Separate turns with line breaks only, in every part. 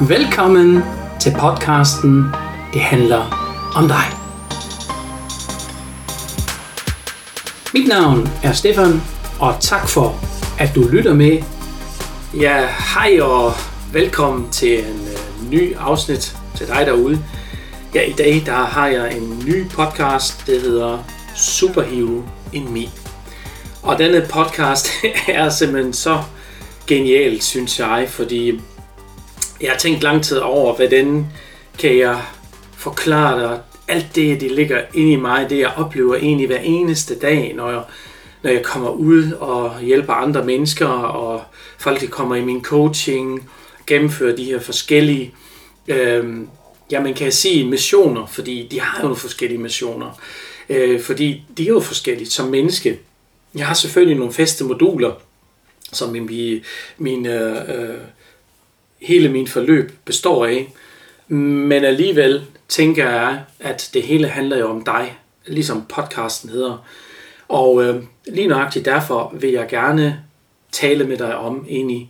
Velkommen til podcasten Det handler om dig. Mit navn er Stefan, og tak for, at du lytter med. Ja, hej og velkommen til en ny afsnit til dig derude. Ja, i dag der har jeg en ny podcast, det hedder Superhero in Me. Og denne podcast er simpelthen så genial, synes jeg, fordi jeg har tænkt lang tid over, hvordan kan jeg forklare dig alt det ligger inde i mig, det jeg oplever egentlig hver eneste dag, når jeg kommer ud og hjælper andre mennesker, og folk de kommer i min coaching, gennemfører de her forskellige, man kan sige missioner, fordi de har jo nogle forskellige missioner, fordi de er jo forskellige som menneske. Jeg har selvfølgelig nogle faste moduler, som hele min forløb består af, men alligevel tænker jeg, at det hele handler jo om dig, ligesom podcasten hedder. Og lige nøjagtigt derfor vil jeg gerne tale med dig om egentlig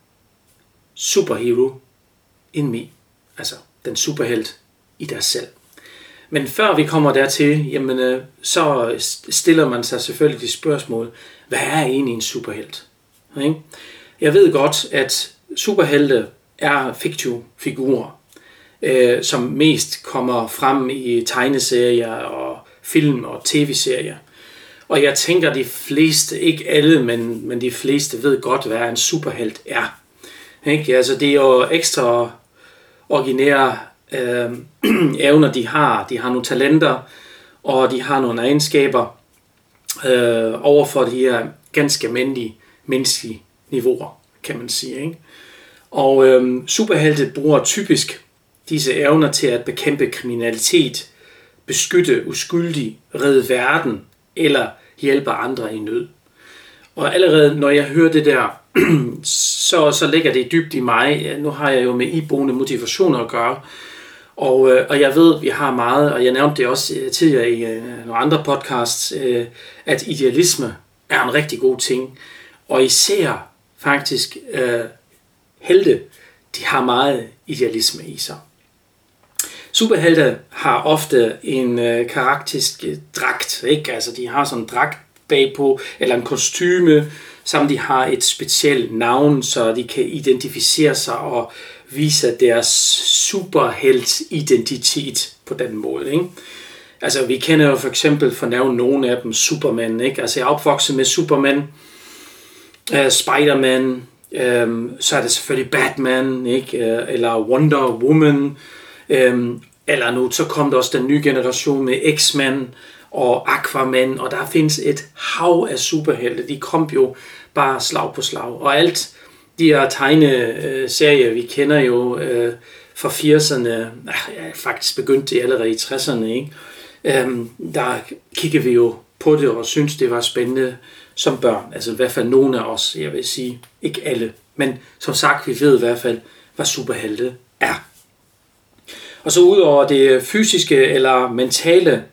superhero in me, altså den superhelt i dig selv. Men før vi kommer dertil, så stiller man sig selvfølgelig de spørgsmål, hvad er egentlig en superhelt? Okay? Jeg ved godt, at superhelte er fiktive figurer, som mest kommer frem i tegneserier og film og tv-serier. Og jeg tænker, de fleste, ikke alle, men de fleste ved godt, hvad en superhelt er. Ikke? Altså, det er jo ekstra ordinære evner, de har. De har nogle talenter, og de har nogle egenskaber overfor de her ganske almindelige menneskelige niveauer, kan man sige. Ikke? Og superhelte bruger typisk disse evner til at bekæmpe kriminalitet, beskytte uskyldige, redde verden eller hjælpe andre i nød. Og allerede når jeg hører det der, så ligger det dybt i mig. Nu har jeg jo med iboende motivationer at gøre, og jeg ved, vi har meget, og jeg nævnte det også tidligere i nogle andre podcasts, at idealisme er en rigtig god ting. Og især faktisk helte, de har meget idealisme i sig. Superhelte har ofte en karakteristisk dragt, ikke? Altså de har sådan en dragt bagpå, eller en kostyme, som de har et specielt navn, så de kan identificere sig og vise deres superhelt-identitet på den måde, ikke? Altså vi kender jo for eksempel, for at nævne nogle af dem, Superman, ikke? Altså jeg er opvokset med Superman, Spider-Man, så er det selvfølgelig Batman, ikke? Eller Wonder Woman, eller nu så kom der også den nye generation med X-Men og Aquaman, og der findes et hav af superhelte. De kom jo bare slag på slag, og alt de her tegneserier vi kender jo fra 80'erne, faktisk begyndte det allerede i 60'erne, ikke? Der kigger vi jo på det og synes det var spændende som børn, altså i hvert fald nogle af os, jeg vil sige, ikke alle, men som sagt, vi ved i hvert fald, hvad superhelte er. Og så udover det fysiske eller mentale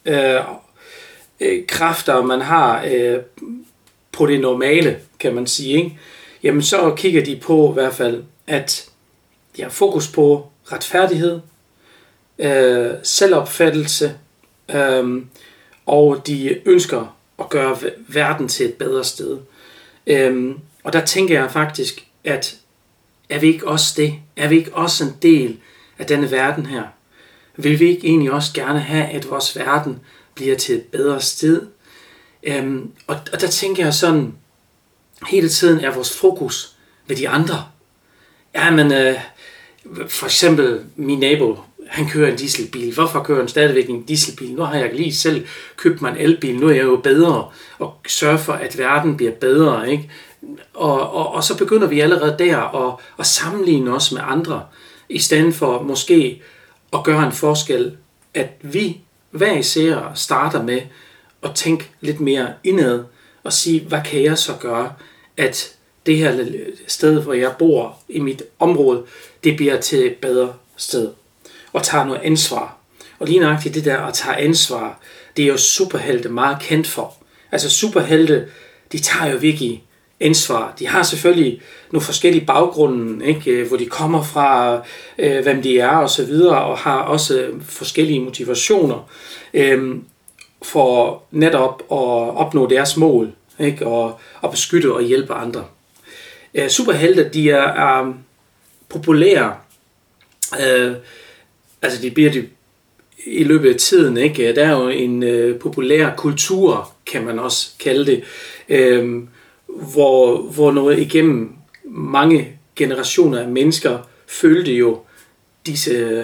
kræfter, man har på det normale, kan man sige, ikke? Jamen så kigger de på i hvert fald, at de har fokus på retfærdighed, selvopfattelse, og de ønsker at gøre verden til et bedre sted. Og der tænker jeg faktisk, at er vi ikke også det? Er vi ikke også en del af denne verden her? Vil vi ikke egentlig også gerne have, at vores verden bliver til et bedre sted? Og der tænker jeg sådan, hele tiden er vores fokus ved de andre. For eksempel min nabo, han kører en dieselbil. Hvorfor kører han stadigvæk en dieselbil? Nu har jeg lige selv købt mig en elbil. Nu er jeg jo bedre og sørger for, at verden bliver bedre, ikke? Og så begynder vi allerede der at sammenligne os med andre, i stedet for måske at gøre en forskel, at vi hver især starter med at tænke lidt mere indad og sige, hvad kan jeg så gøre, at det her sted, hvor jeg bor i mit område, det bliver til et bedre sted. Og tager noget ansvar. Og lige nøjagtigt det der at tage ansvar, det er jo superhelte meget kendt for. Altså superhelte, de tager jo virkelig ansvar. De har selvfølgelig nogle forskellige baggrunde, ikke? Hvor de kommer fra, hvem de er og så videre, og har også forskellige motivationer for netop at opnå deres mål, ikke? Og beskytte og hjælpe andre. Superhelte, de er populære. Altså de bliver i løbet af tiden, ikke? Der er jo en populær kultur, kan man også kalde det, hvor noget igennem mange generationer af mennesker følte jo disse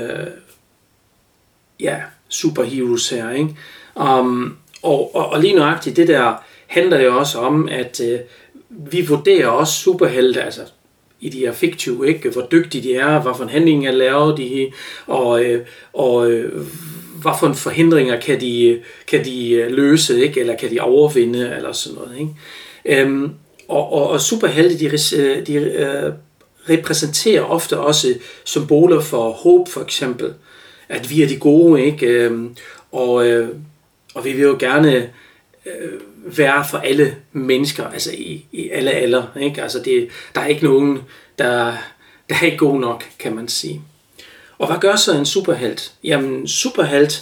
superheroes her, ikke? Og lige nøjagtigt det der handler jo også om, at vi vurderer også superhelte, altså i de her fiktive, ikke? Hvor dygtige de er, hvad for en handling er lavet de, og hvad for en forhindringer kan de løse, ikke? Eller kan de overvinde, eller sådan noget, ikke? Og superhelte, de repræsenterer ofte også symboler for håb, for eksempel. At vi er de gode, ikke? Og vi vil jo gerne være for alle mennesker, altså i alle alder, ikke? Altså der er ikke nogen, der er ikke god nok, kan man sige. Og hvad gør så en superhelt? Jamen, superhelt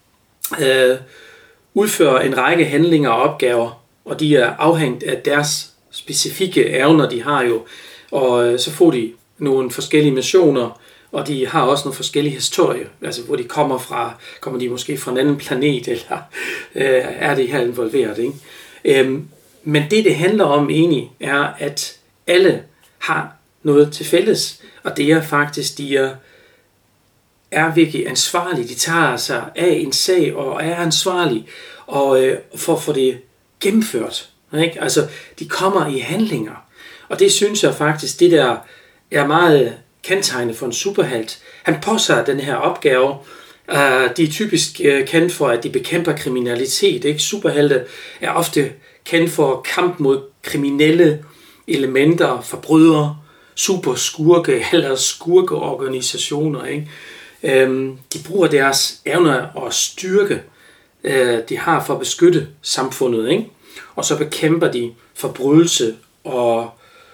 udfører en række handlinger og opgaver, og de er afhængt af deres specifikke evner, de har jo. Og så får de nogle forskellige missioner, og de har også nogle forskellige historier, altså hvor de kommer fra. Kommer de måske fra en anden planet, eller er de her involveret, ikke? Men det handler om egentlig, er, at alle har noget til fælles, og det er faktisk, de er virkelig ansvarlige. De tager sig af en sag og er ansvarlige for at få det gennemført, ikke? Altså, de kommer i handlinger, og det synes jeg faktisk, det der er meget kendetegnende for en superhelt. Han påtager den her opgave. De er typisk kendt for, at de bekæmper kriminalitet, ikke? Superhelte er ofte kendt for kamp mod kriminelle elementer, forbrydere, superskurke eller skurkeorganisationer, ikke? De bruger deres evner og styrke, de har for at beskytte samfundet, ikke? Og så bekæmper de forbrydelse og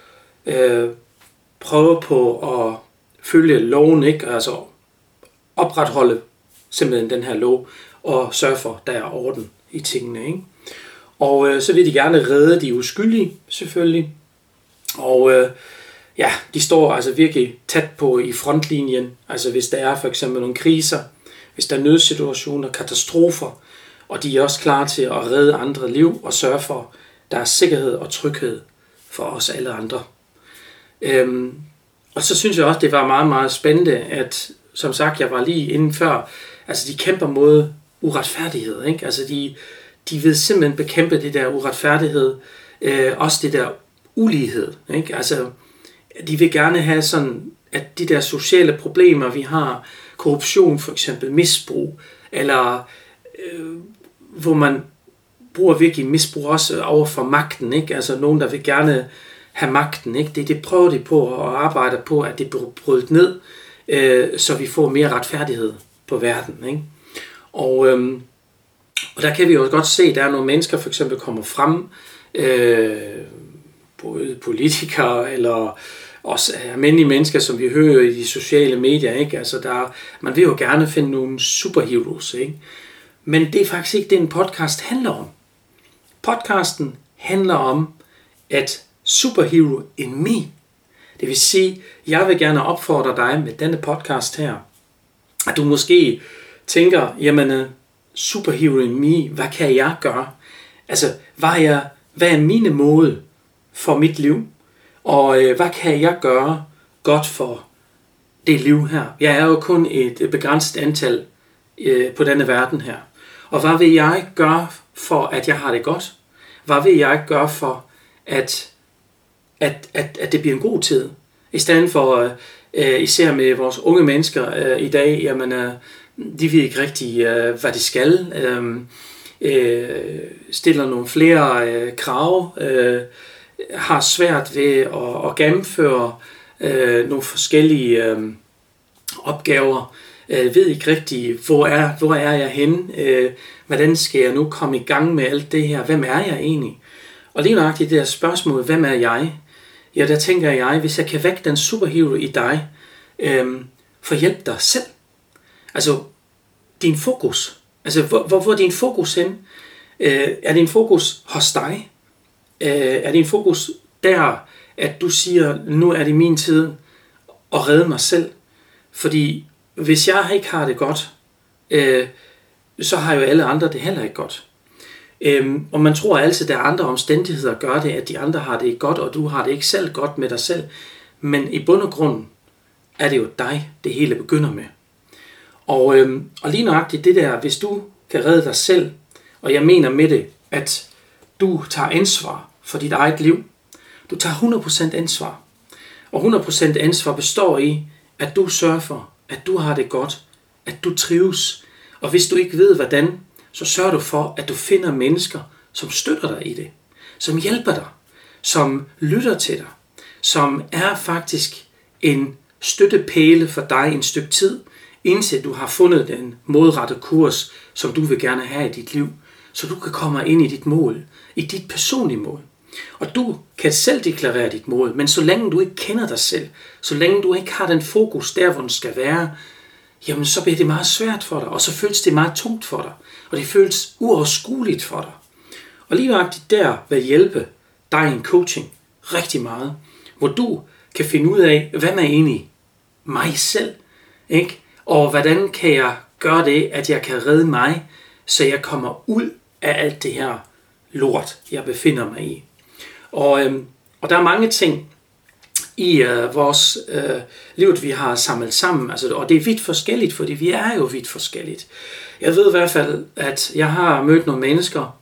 prøver på at følge loven, ikke? Altså opretholde simpelthen den her lov og sørge for, at der er orden i tingene, ikke? Og så vil de gerne redde de uskyldige, selvfølgelig. Og de står altså virkelig tæt på i frontlinjen. Altså hvis der er for eksempel nogle kriser, hvis der er nødsituationer, katastrofer, og de er også klar til at redde andre liv og sørge for, der er sikkerhed og tryghed for os alle andre. Og så synes jeg også, det var meget, meget spændende, at som sagt, jeg var lige inden før, altså de kæmper mod uretfærdighed, ikke? Altså de vil simpelthen bekæmpe det der uretfærdighed, også det der ulighed, ikke? Altså de vil gerne have sådan, at de der sociale problemer, vi har, korruption for eksempel, misbrug, eller hvor man bruger virkelig misbrug også over for magten, ikke? Altså nogen, der vil gerne have magten, ikke? Det prøver de på at arbejde på, at det bliver brydet ned, så vi får mere retfærdighed på verden, ikke? Og der kan vi jo godt se, at der er nogle mennesker, for eksempel kommer frem, både politikere eller også almindelige mennesker, som vi hører i de sociale medier, ikke? Altså man vil jo gerne finde nogle superheroes, ikke? Men det er faktisk ikke det, en podcast handler om. Podcasten handler om, at superhero in me. Det vil sige, jeg vil gerne opfordre dig med denne podcast her, at du måske tænker, jamen, superhero in me, hvad kan jeg gøre? Altså, hvad er mine mål for mit liv? Og hvad kan jeg gøre godt for det liv her? Jeg er jo kun et begrænset antal på denne verden her. Og hvad vil jeg gøre for, at jeg har det godt? Hvad vil jeg gøre for, at det bliver en god tid? I stedet for, især med vores unge mennesker i dag, jamen, de ved ikke rigtig, hvad de skal. Stiller nogle flere krav, har svært ved at gennemføre nogle forskellige opgaver, ved ikke rigtig, hvor er jeg henne, hvordan skal jeg nu komme i gang med alt det her, hvem er jeg egentlig? Og lige nøjagtigt det der spørgsmål, hvem er jeg? Ja, der tænker jeg, hvis jeg kan vække den superhero i dig, for hjælp dig selv. Altså, din fokus. Altså, hvor er din fokus hen? Er din fokus hos dig? Er din fokus der, at du siger, nu er det min tid at redde mig selv? Fordi hvis jeg ikke har det godt, så har jo alle andre det heller ikke godt. Og man tror altid, at der er andre omstændigheder, der gør det, at de andre har det ikke godt, og du har det ikke selv godt med dig selv. Men i bund og grund er det jo dig, det hele begynder med. Og lige nøjagtigt det der, hvis du kan redde dig selv, og jeg mener med det, at du tager ansvar for dit eget liv. Du tager 100% ansvar. Og 100% ansvar består i, at du sørger for, at du har det godt, at du trives. Og hvis du ikke ved hvordan, så sørger du for, at du finder mennesker, som støtter dig i det. Som hjælper dig. Som lytter til dig. Som er faktisk en støttepæle for dig en stykke tid, indtil du har fundet den modrette kurs, som du vil gerne have i dit liv. Så du kan komme ind i dit mål. I dit personlige mål. Og du kan selv deklarere dit mål, men så længe du ikke kender dig selv, så længe du ikke har den fokus der, hvor den skal være, jamen så bliver det meget svært for dig, og så føles det meget tungt for dig, og det føles uoverskueligt for dig. Og lige nøjagtigt der vil hjælpe dig i en coaching rigtig meget, hvor du kan finde ud af, hvad er egentlig mig selv, ikke? Og hvordan kan jeg gøre det, at jeg kan redde mig, så jeg kommer ud af alt det her lort, jeg befinder mig i. Og der er mange ting i vores liv, vi har samlet sammen, altså, og det er vidt forskelligt, fordi vi er jo vidt forskelligt. Jeg ved i hvert fald, at jeg har mødt nogle mennesker,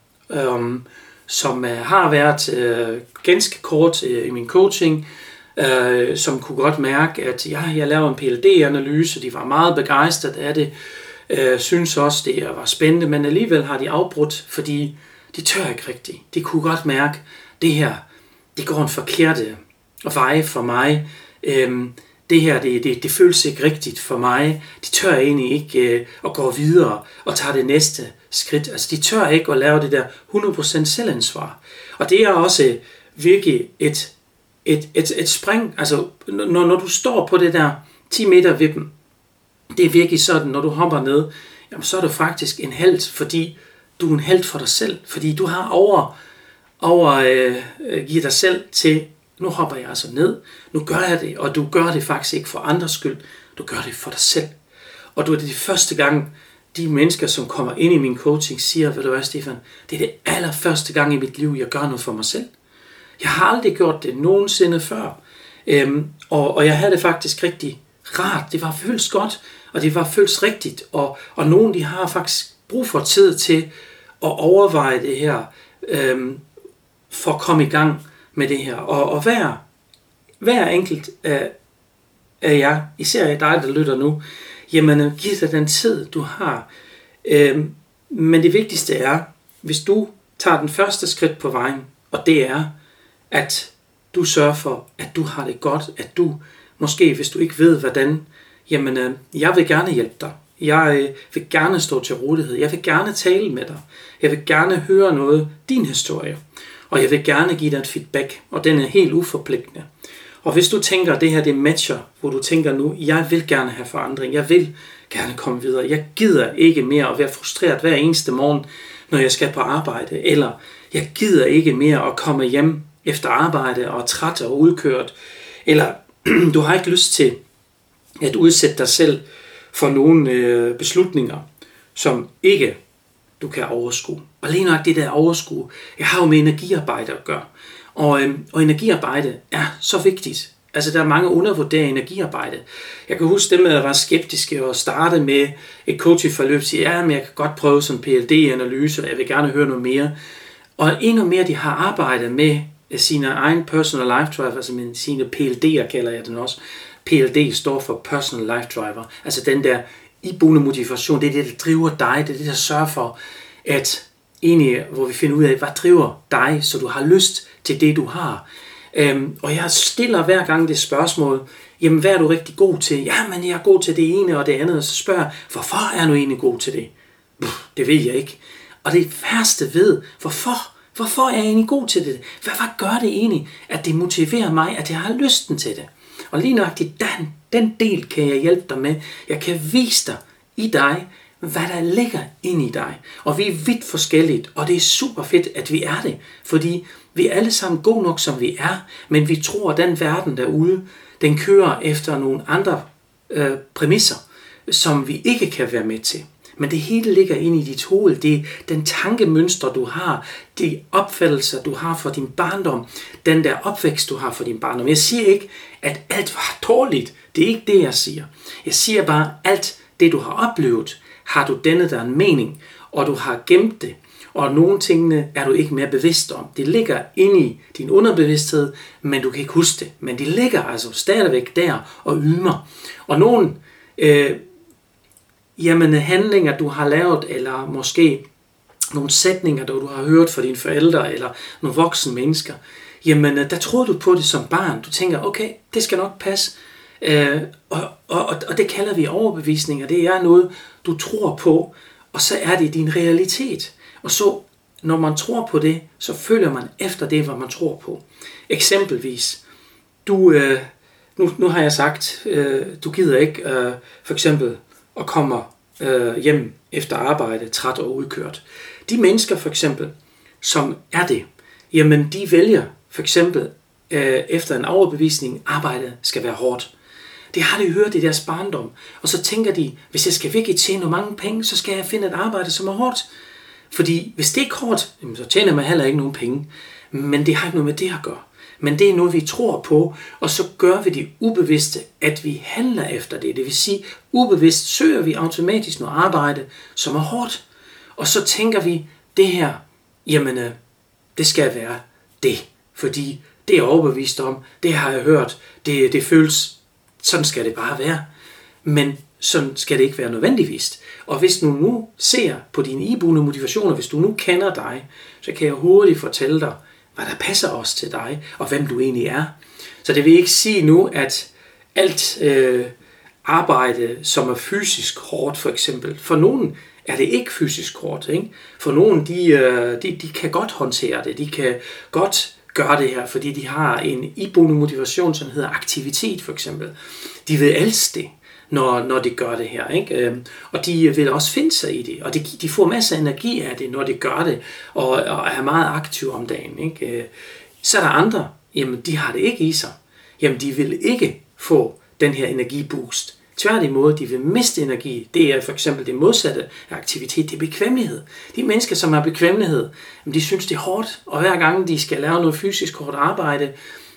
som har været ganske kort i min coaching, som kunne godt mærke, at jeg laver en PhD-analyse, de var meget begejstrede af det, synes også, det var spændende, men alligevel har de afbrudt, fordi de tør ikke rigtigt. De kunne godt mærke, det her, det går en forkerte vej for mig. Det her, det føles ikke rigtigt for mig. De tør egentlig ikke at gå videre og tage det næste skridt. Altså, de tør ikke at lave det der 100% selvansvar. Og det er også virkelig et spring. Altså, når du står på det der 10 meter vippen, det er virkelig sådan, når du hopper ned, jamen, så er du faktisk en helt, fordi du er en helt for dig selv. Fordi du har giver dig selv til, nu hopper jeg altså ned, nu gør jeg det, og du gør det faktisk ikke for andres skyld, du gør det for dig selv. Og du er det de første gang, de mennesker, som kommer ind i min coaching, siger, ved du hvad, Stefan, det er det allerførste gang i mit liv, jeg gør noget for mig selv. Jeg har aldrig gjort det nogensinde før, og jeg havde det faktisk rigtig rart, det var føles godt, og det var føles rigtigt, og nogen, de har faktisk brug for tid til at overveje det her, for at komme i gang med det her. Og hver enkelt af jer, især dig, der lytter nu, jamen giv dig den tid, du har. Men det vigtigste er, hvis du tager den første skridt på vejen, og det er, at du sørger for, at du har det godt, at du, måske hvis du ikke ved hvordan, jamen jeg vil gerne hjælpe dig. Jeg vil gerne stå til rådighed. Jeg vil gerne tale med dig. Jeg vil gerne høre noget, din historie. Og jeg vil gerne give dig et feedback, og den er helt uforpligtende. Og hvis du tænker, at det her det matcher, hvor du tænker nu, jeg vil gerne have forandring, jeg vil gerne komme videre, jeg gider ikke mere at være frustreret hver eneste morgen, når jeg skal på arbejde, eller jeg gider ikke mere at komme hjem efter arbejde og træt og udkørt, eller du har ikke lyst til at udsætte dig selv for nogle beslutninger, som ikke du kan overskue. Og lige nok det der overskue, jeg har jo med energiarbejde at gøre. Og energiarbejde er så vigtigt. Altså der er mange undervurderede energiarbejde. Jeg kan huske dem, der var skeptiske og starte med et coachingforløb, sige, ja, men jeg kan godt prøve sådan en PhD-analyse, og jeg vil gerne høre noget mere. Og endnu mere, de har arbejdet med sine egen personal life driver, altså sine PLD'er kalder jeg den også. PLD står for personal life driver. Altså den der iboende motivation, det er det, der driver dig, det er det, der sørger for, at egentlig, hvor vi finder ud af, hvad driver dig, så du har lyst til det, du har. Og jeg stiller hver gang det spørgsmål, jamen hvad er du rigtig god til? Jamen jeg er god til det ene og det andet, og så spørger jeg, hvorfor er du egentlig god til det? Det ved jeg ikke. Og det værste ved, hvorfor Hvorfor er jeg egentlig god til det? Hvad gør det egentlig, at det motiverer mig, at jeg har lysten til det? Og lige nøjagtigt den del kan jeg hjælpe dig med. Jeg kan vise dig i dig, hvad der ligger inde i dig. Og vi er vidt forskellige, og det er super fedt, at vi er det. Fordi vi er alle sammen gode nok, som vi er, men vi tror, at den verden derude, den kører efter nogle andre præmisser, som vi ikke kan være med til. Men det hele ligger inde i dit hoved. Det er den tankemønstre, du har, de opfattelser, du har for din barndom, den der opvækst, du har for din barndom. Jeg siger ikke, at alt var dårligt. Det er ikke det, jeg siger. Jeg siger bare, alt det, du har oplevet, har du dannet dig en mening, og du har gemt det. Og nogle tingene er du ikke mere bevidst om. Det ligger inde i din underbevidsthed, men du kan ikke huske det. Men de ligger altså stadigvæk der og ymer. Og nogle handlinger, du har lavet, eller måske nogle sætninger, du har hørt fra dine forældre, eller nogle voksne mennesker, jamen der troede du på det som barn. Du tænker, okay, det skal nok passe. Og det kalder vi overbevisninger. Det er noget, du tror på, og så er det din realitet. Og så, når man tror på det, så følger man efter det, hvad man tror på. Eksempelvis, nu har jeg sagt, du gider ikke for eksempel at komme hjem efter arbejde, træt og udkørt. De mennesker for eksempel, som er det, jamen de vælger for eksempel efter en overbevisning, arbejdet skal være hårdt. Det har de hørt i deres barndom. Og så tænker de, hvis jeg skal virkelig tjene mange penge, så skal jeg finde et arbejde, som er hårdt. Fordi hvis det er hårdt, så tjener man heller ikke nogen penge. Men det har ikke noget med det at gøre. Men det er noget, vi tror på, og så gør vi det ubevidste, at vi handler efter det. Det vil sige, ubevidst søger vi automatisk noget arbejde, som er hårdt. Og så tænker vi, det her, jamen, det skal være det. Fordi det er jeg overbevist om, det har jeg hørt, det føles, sådan skal det bare være. Men sådan skal det ikke være nødvendigvis. Og hvis du nu ser på dine iboende motivationer, hvis du nu kender dig, så kan jeg hurtigt fortælle dig, hvad der passer også til dig, og hvem du egentlig er. Så det vil ikke sige nu, at alt arbejde, som er fysisk hårdt for eksempel, for nogen er det ikke fysisk hårdt. Ikke? For nogen, de kan godt håndtere det, de kan godt gøre det her, fordi de har en iboende motivation, som hedder aktivitet for eksempel. De vil elske det, når de gør det her. Ikke? Og de vil også finde sig i det, og de får masser af energi af det, når de gør det, og er meget aktive om dagen. Ikke? Så er der andre, jamen de har det ikke i sig. Jamen de vil ikke få den her energiboost. Tværtimod, de vil miste energi. Det er for eksempel det modsatte af aktivitet, det er bekvemmelighed. De mennesker, som har bekvemmelighed, de synes det er hårdt, og hver gang de skal lave noget fysisk hårdt arbejde,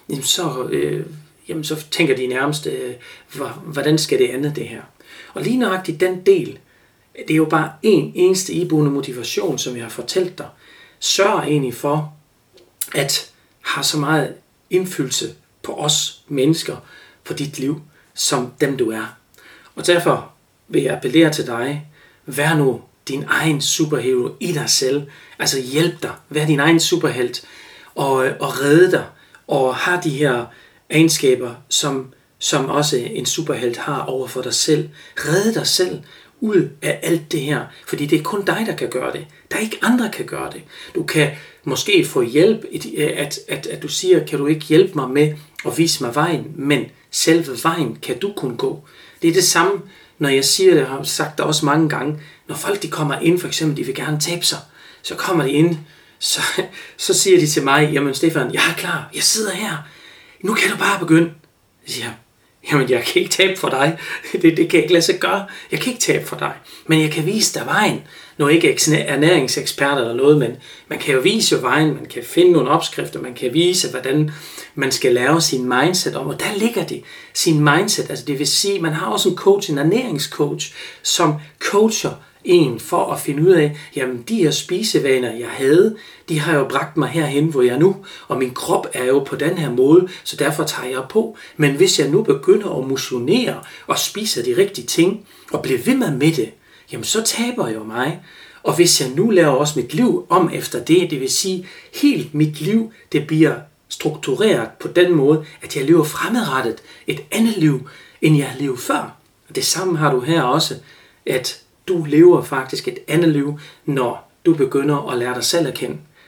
så tænker de nærmest, hvordan skal det andet det her? Og lige nøjagtigt den del, det er jo bare en eneste iboende motivation, som jeg har fortalt dig, sørger egentlig for, at har så meget indflydelse på os mennesker, på dit liv, som dem du er. Og derfor vil jeg appellere til dig, vær nu din egen superhero i dig selv, altså hjælp dig, vær din egen superhelt, og redde dig, og har de her egenskaber, som også en superhelt har over for dig selv. Redde dig selv ud af alt det her, fordi det er kun dig, der kan gøre det. Der er ikke andre, der kan gøre det. Du kan måske få hjælp, at du siger, kan du ikke hjælpe mig med at vise mig vejen, men selve vejen kan du kun gå. Det er det samme, når jeg siger det, jeg har sagt det også mange gange, når folk de kommer ind, for eksempel, de vil gerne tabe sig, så kommer de ind, så siger de til mig, jamen Stefan, jeg er klar, jeg sidder her, nu kan du bare begynde. Jeg siger, jamen jeg kan ikke tabe for dig, det kan jeg ikke lade sig gøre, jeg kan ikke tabe for dig, men jeg kan vise dig vejen. Nu er jeg ikke ernæringsekspert eller noget, men man kan jo vise vejen, man kan finde nogle opskrifter, man kan vise, hvordan man skal lave sin mindset om, og der ligger det, sin mindset, altså det vil sige, man har også en coach, en ernæringscoach, som coacher en for at finde ud af, jamen de her spisevaner, jeg havde, de har jo bragt mig herhen, hvor jeg er nu, og min krop er jo på den her måde, så derfor tager jeg på. Men hvis jeg nu begynder at motionere og spiser de rigtige ting, og bliver ved med det, jamen så taber jeg jo mig. Og hvis jeg nu laver også mit liv om efter det, det vil sige, helt mit liv, det bliver struktureret på den måde, at jeg lever fremadrettet et andet liv, end jeg levede før. Og det samme har du her også, at du lever faktisk et andet liv, når du begynder at lære dig selv at kende.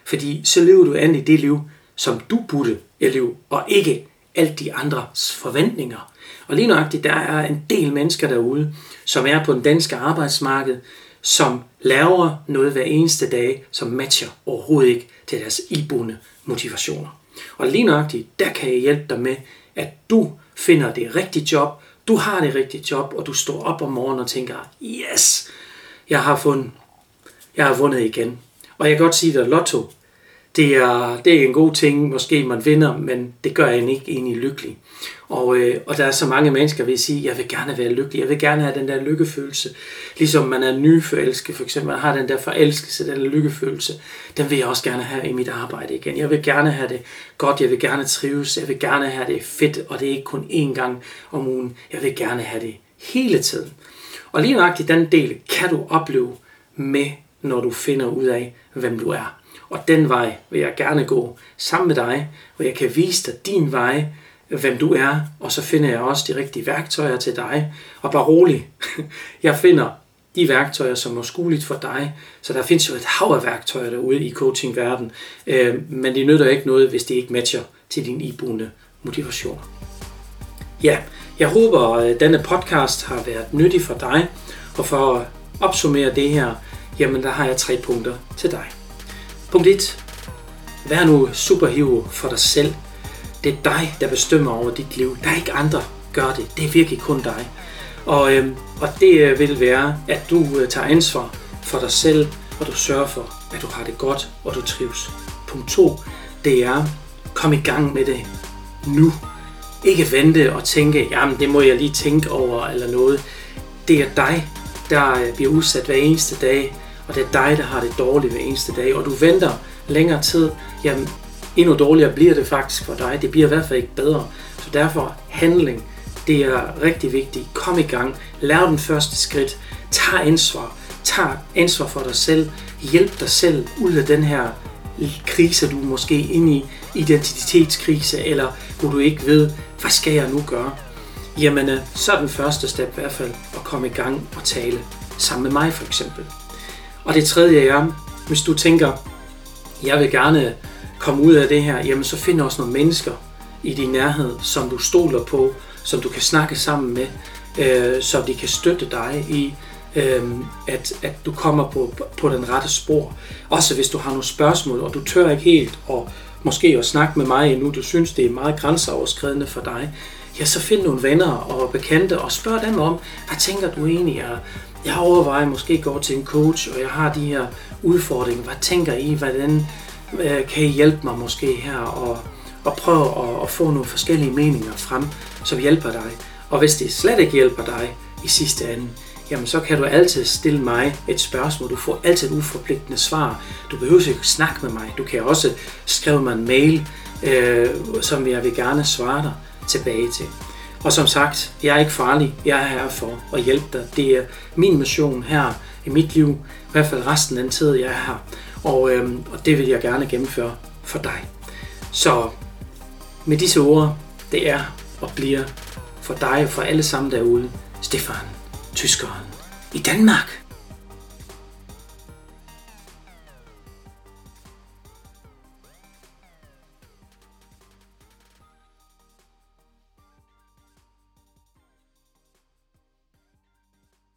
Fordi så lever du endelig det liv, som du burde leve, og ikke alt de andres forventninger. Og lige nøjagtigt, der er en del mennesker derude, som er på den danske arbejdsmarked, som laver noget hver eneste dag, som matcher overhovedet ikke til deres iboende motivationer. Og lige nøjagtigt, der kan jeg hjælpe dig med, at du finder det rigtige job, du har det rigtige job, og du står op om morgenen og tænker, yes, jeg har vundet igen. Og jeg kan godt sige dig, lotto, det er en god ting, måske man vinder, men det gør en ikke egentlig lykkelig. Og der er så mange mennesker, der vil sige, jeg vil gerne være lykkelig, jeg vil gerne have den der lykkefølelse. Ligesom man er nyforelsket, for eksempel, man har den der forelskelse, den der lykkefølelse, den vil jeg også gerne have i mit arbejde igen. Jeg vil gerne have det godt, jeg vil gerne trives, jeg vil gerne have det fedt, og det er ikke kun én gang om ugen. Jeg vil gerne have det hele tiden. Og lige nøjagtigt den del kan du opleve med, når du finder ud af, hvem du er. Og den vej vil jeg gerne gå sammen med dig, hvor jeg kan vise dig din vej, hvem du er, og så finder jeg også de rigtige værktøjer til dig. Og bare rolig, jeg finder de værktøjer, som er skueligt for dig, så der findes jo et hav af værktøjer derude i coachingverdenen, men det nytter ikke noget, hvis det ikke matcher til din iboende motivation. Ja, jeg håber, at denne podcast har været nyttig for dig, og for at opsummere det her, jamen der har jeg 3 punkter til dig. Punkt 1. Vær nu superhero for dig selv. Det er dig, der bestemmer over dit liv. Der er ikke andre, gør det. Det er virkelig kun dig. Og det vil være, at du tager ansvar for dig selv, og du sørger for, at du har det godt, og du trives. Punkt 2. Det er, kom i gang med det nu. Ikke vente og tænke, jamen det må jeg lige tænke over eller noget. Det er dig, der bliver udsat hver eneste dag, og det er dig, der har det dårligt hver eneste dag, og du venter længere tid, jamen endnu dårligere bliver det faktisk for dig. Det bliver i hvert fald ikke bedre. Så derfor handling, det er rigtig vigtigt. Kom i gang. Lav den første skridt. Tag ansvar for dig selv. Hjælp dig selv ud af den her krise, du er måske inde i, identitetskrise, eller hvor du ikke ved, hvad skal jeg nu gøre? Jamen, så er den første step i hvert fald at komme i gang og tale sammen med mig for eksempel. Og det tredje er, hvis du tænker, jeg vil gerne komme ud af det her, jamen så find også nogle mennesker i din nærhed, som du stoler på, som du kan snakke sammen med, så de kan støtte dig i, at du kommer på den rette spor. Også hvis du har nogle spørgsmål, og du tør ikke helt, og måske at snakke med mig endnu, du synes det er meget grænseoverskridende for dig, ja, så find nogle venner og bekendte, og spørg dem om, hvad tænker du egentlig? Jeg overvejer måske at gå til en coach, og jeg har de her udfordringer. Hvad tænker I? Hvordan kan I hjælpe mig måske her? Og prøve at få nogle forskellige meninger frem, som hjælper dig. Og hvis det slet ikke hjælper dig i sidste ende, jamen så kan du altid stille mig et spørgsmål. Du får altid et uforpligtende svar. Du behøver ikke snakke med mig. Du kan også skrive mig en mail, som jeg vil gerne svare dig tilbage til. Og som sagt, jeg er ikke farlig. Jeg er her for at hjælpe dig. Det er min mission her i mit liv. I hvert fald resten af den tid, jeg er her. Og det vil jeg gerne gennemføre for dig. Så med disse ord, det er og bliver for dig og for alle sammen derude, Stefan, tyskeren i Danmark.